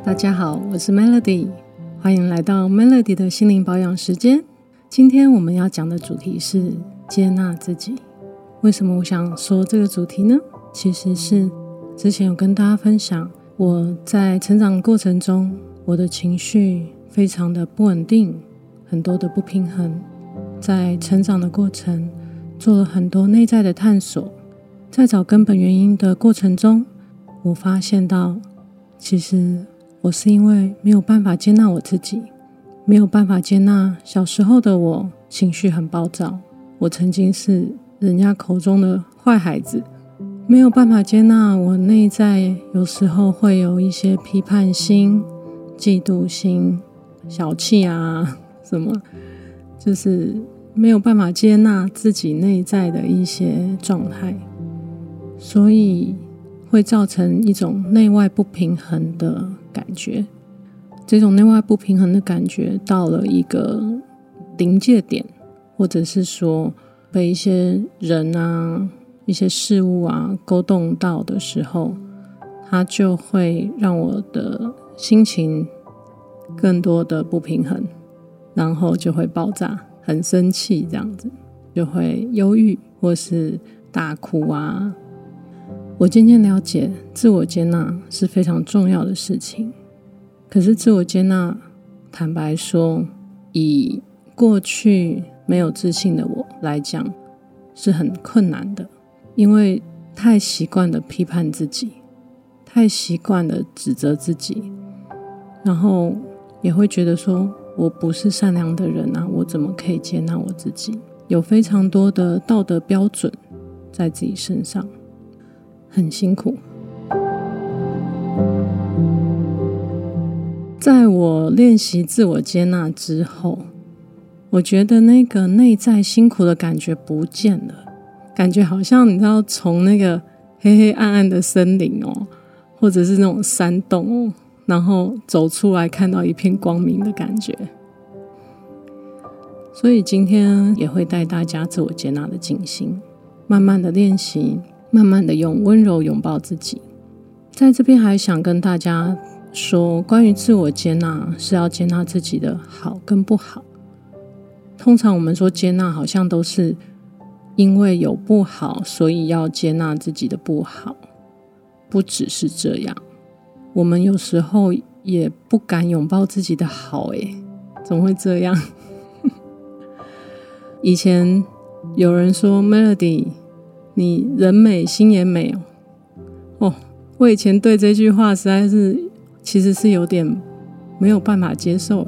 大家好，我是 Melody， 欢迎来到 Melody 的心灵保养时间。今天我们要讲的主题是接纳自己。为什么我想说这个主题呢？其实是之前有跟大家分享，我在成长过程中，我的情绪非常的不稳定，很多的不平衡。在成长的过程，做了很多内在的探索，在找根本原因的过程中，我发现到其实我是因为没有办法接纳我自己，没有办法接纳小时候的我情绪很暴躁，我曾经是人家口中的坏孩子，没有办法接纳我内在有时候会有一些批判心、嫉妒心、小气啊什么，就是没有办法接纳自己内在的一些状态，所以会造成一种内外不平衡的感觉。这种内外不平衡的感觉到了一个临界点，或者是说被一些人啊、一些事物啊勾动到的时候，它就会让我的心情更多的不平衡，然后就会爆炸，很生气，这样子就会忧郁或是大哭啊。我渐渐了解，自我接纳是非常重要的事情。可是自我接纳，坦白说，以过去没有自信的我来讲，是很困难的，因为太习惯的批判自己，太习惯的指责自己，然后也会觉得说，我不是善良的人啊，我怎么可以接纳我自己？有非常多的道德标准在自己身上，很辛苦。在我练习自我接纳之后，我觉得那个内在辛苦的感觉不见了，感觉好像你知道从那个黑黑暗暗的森林或者是那种山洞然后走出来看到一片光明的感觉。所以今天也会带大家自我接纳的静心，慢慢的练习，慢慢的用温柔拥抱自己。在这边还想跟大家说，关于自我接纳是要接纳自己的好跟不好。通常我们说接纳好像都是因为有不好，所以要接纳自己的不好，不只是这样。我们有时候也不敢拥抱自己的好，怎么会这样？以前有人说 Melody 你人美心也美我以前对这句话实在是其实是有点没有办法接受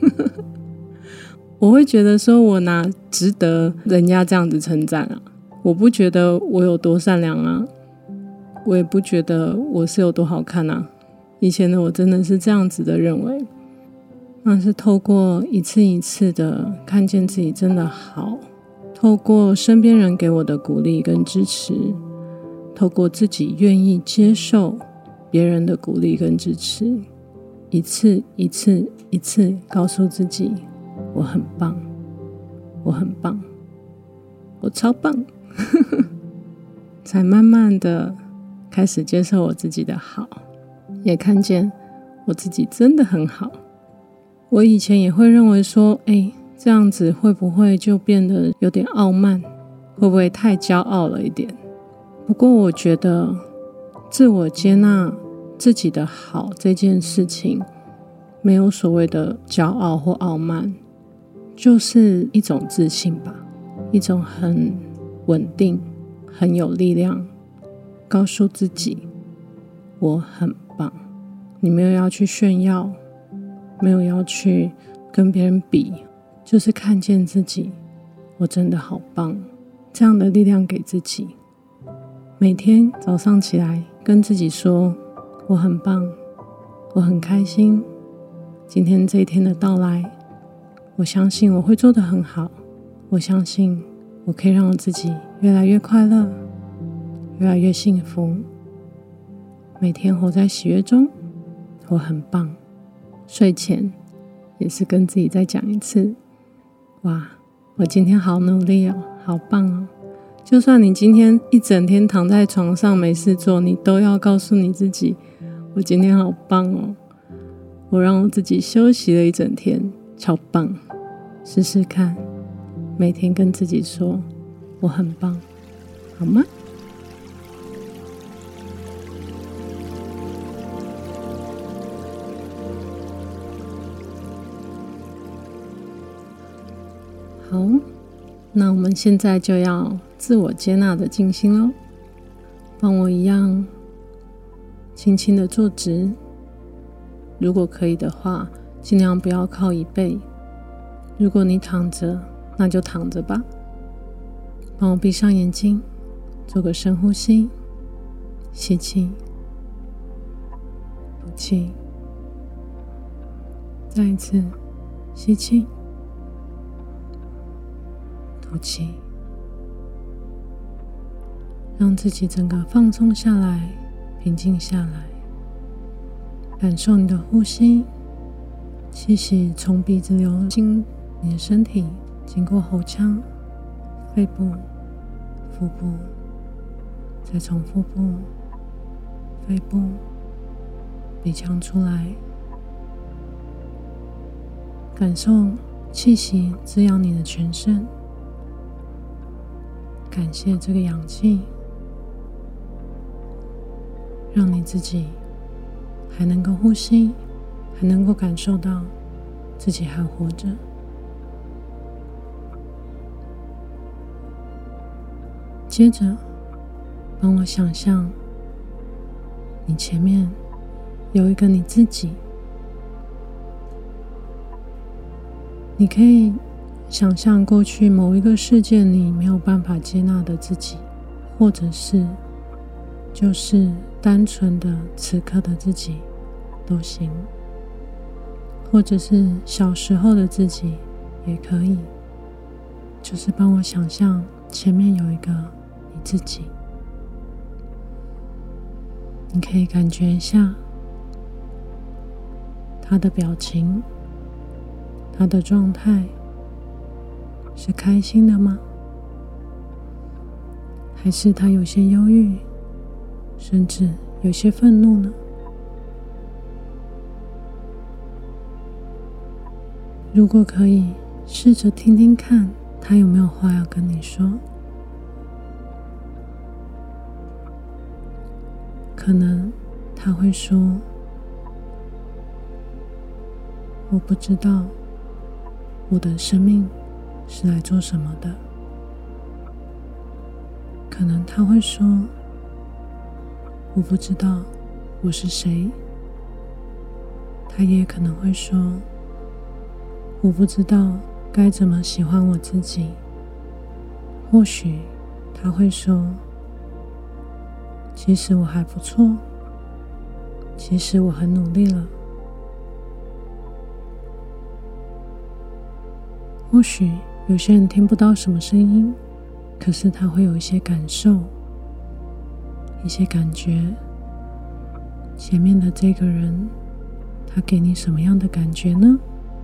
我会觉得说我哪值得人家这样子称赞啊？我不觉得我有多善良啊，我也不觉得我是有多好看啊。以前的我真的是这样子的认为，那是透过一次一次的看见自己真的好，透过身边人给我的鼓励跟支持，透过自己愿意接受别人的鼓励跟支持，一次一次一次告诉自己我很棒，我很棒，我超棒才慢慢的开始接受我自己的好，也看见我自己真的很好。我以前也会认为说这样子会不会就变得有点傲慢，会不会太骄傲了一点。不过我觉得自我接纳自己的好这件事情没有所谓的骄傲或傲慢，就是一种自信吧，一种很稳定很有力量，告诉自己我很棒。你没有要去炫耀，没有要去跟别人比，就是看见自己我真的好棒，这样的力量给自己。每天早上起来跟自己说我很棒，我很开心，今天这一天的到来，我相信我会做得很好，我相信我可以让我自己越来越快乐，越来越幸福。每天活在喜悦中，我很棒。睡前也是跟自己再讲一次，哇，我今天好努力好棒就算你今天一整天躺在床上没事做，你都要告诉你自己我今天好棒我让我自己休息了一整天，超棒！试试看，每天跟自己说我很棒，好吗？好，那我们现在就要自我接纳的静心咯。帮我一样轻轻的坐直，如果可以的话，尽量不要靠椅背。如果你躺着，那就躺着吧。帮我闭上眼睛，做个深呼吸，吸气，吐气，再一次吸气，吐气，让自己整个放松下来，平静下来，感受你的呼吸，气息从鼻子流进你的身体，经过喉腔、肺部、腹部，再从腹部、肺部、鼻腔出来，感受气息滋养你的全身，感谢这个氧气，让你自己还能够呼吸，还能够感受到自己还活着。接着，帮我想象你前面有一个你自己，你可以想象过去某一个事件里没有办法接纳的自己，或者是就是单纯的此刻的自己都行，或者是小时候的自己也可以，就是帮我想象前面有一个你自己，你可以感觉一下他的表情，他的状态是开心的吗？还是他有些忧郁，甚至有些愤怒呢？如果可以，试着听听看他有没有话要跟你说。可能他会说，我不知道我的生命是来做什么的。可能他会说，我不知道我是谁。他也可能会说，我不知道该怎么喜欢我自己。或许他会说，其实我还不错，其实我很努力了。或许有些人听不到什么声音，可是他会有一些感受，一些感觉。前面的这个人，他给你什么样的感觉呢？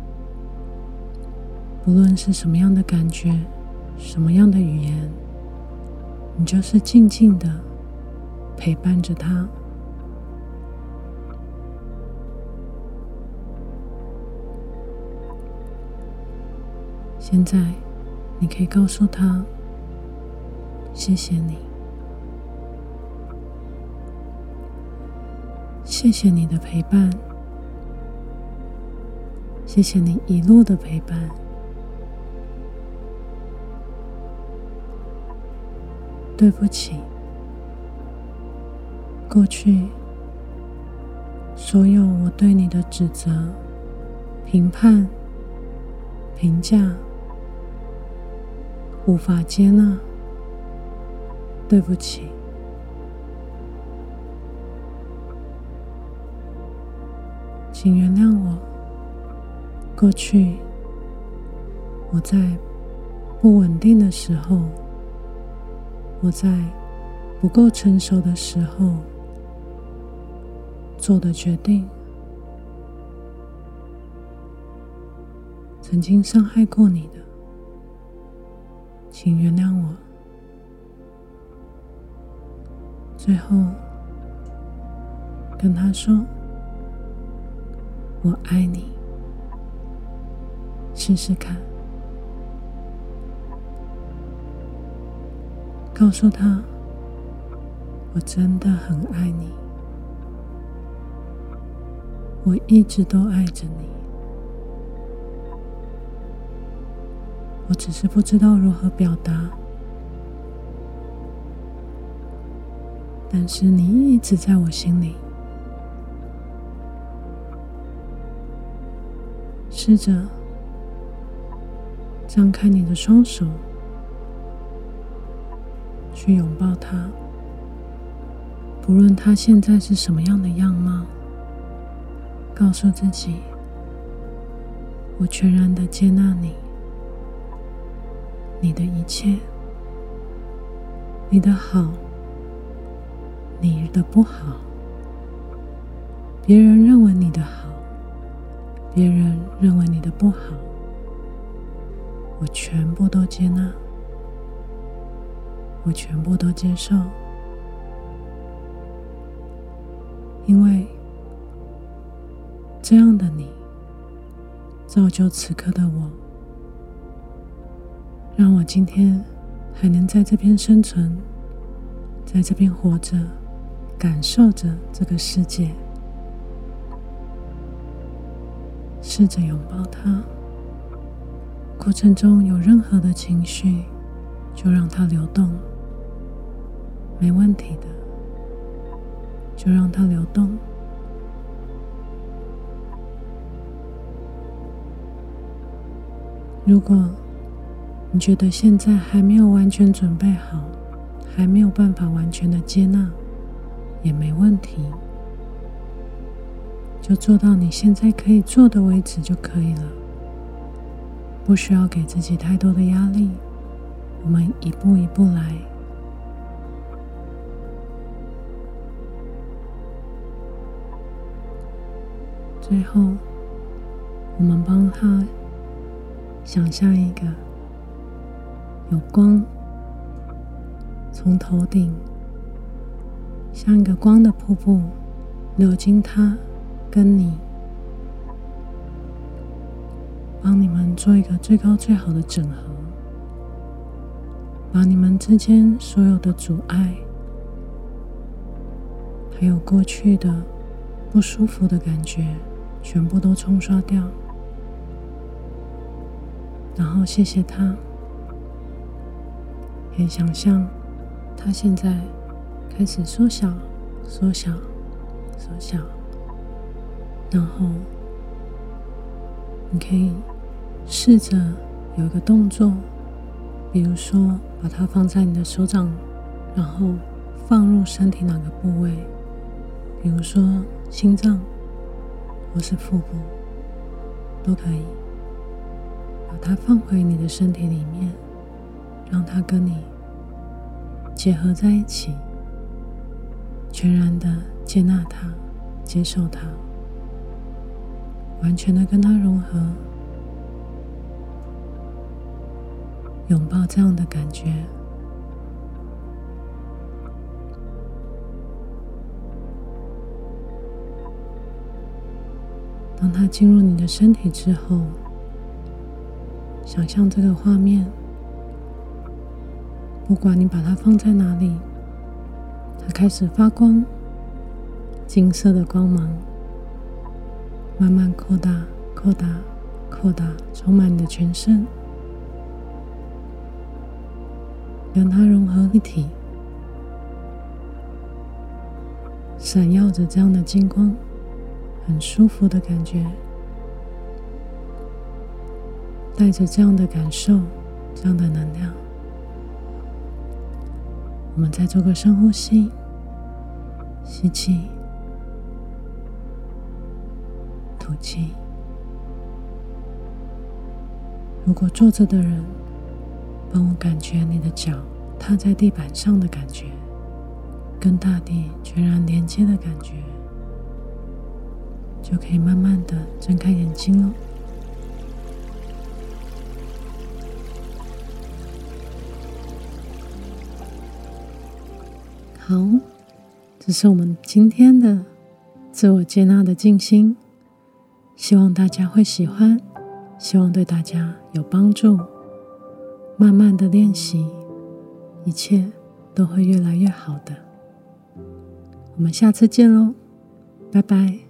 不论是什么样的感觉，什么样的语言，你就是静静的陪伴着他。现在你可以告诉他，谢谢你，谢谢你的陪伴，谢谢你一路的陪伴。对不起，过去所有我对你的指责、评判、评价，无法接纳，对不起。请原谅我，过去我在不稳定的时候，我在不够成熟的时候做的决定，曾经伤害过你的，请原谅我。最后跟他说， 我爱你。试试看，告诉他，我真的很爱你，我一直都爱着你，我只是不知道如何表达，但是你一直在我心里。试着张开你的双手，去拥抱他，不论他现在是什么样的样貌，告诉自己，我全然的接纳你，你的一切，你的好，你的不好，别人认为你的好，别人认为你的不好，我全部都接纳，我全部都接受，因为这样的你造就此刻的我，让我今天还能在这边生存，在这边活着，感受着这个世界。试着拥抱它，过程中有任何的情绪，就让它流动，没问题的，就让它流动。如果你觉得现在还没有完全准备好，还没有办法完全的接纳，也没问题，就做到你现在可以做的为止就可以了，不需要给自己太多的压力，我们一步一步来。最后，我们帮他想象一个有光从头顶像一个光的瀑布流经他跟你，帮你们做一个最高最好的整合，把你们之间所有的阻碍还有过去的不舒服的感觉全部都冲刷掉，然后谢谢他，可以想象他现在开始缩小缩小缩小，然后你可以试着有一个动作，比如说把它放在你的手掌，然后放入身体哪个部位，比如说心脏或是腹部都可以，把它放回你的身体里面，让它跟你结合在一起，全然的接纳它，接受它，完全的跟它融合，拥抱这样的感觉。当它进入你的身体之后，想象这个画面，不管你把它放在哪里，它开始发光，金色的光芒慢慢扩大扩大扩大，充满你的全身，跟它融合一体，闪耀着这样的金光，很舒服的感觉，带着这样的感受，这样的能量。我们再做个深呼吸，吸气，吐气。如果坐着的人，帮我感觉你的脚踏在地板上的感觉，跟大地全然连接的感觉，就可以慢慢的睁开眼睛了。好，这是我们今天的自我接纳的静心， 希望大家会喜欢，希望对大家有帮助。慢慢的练习，一切都会越来越好的。我们下次见咯，拜拜。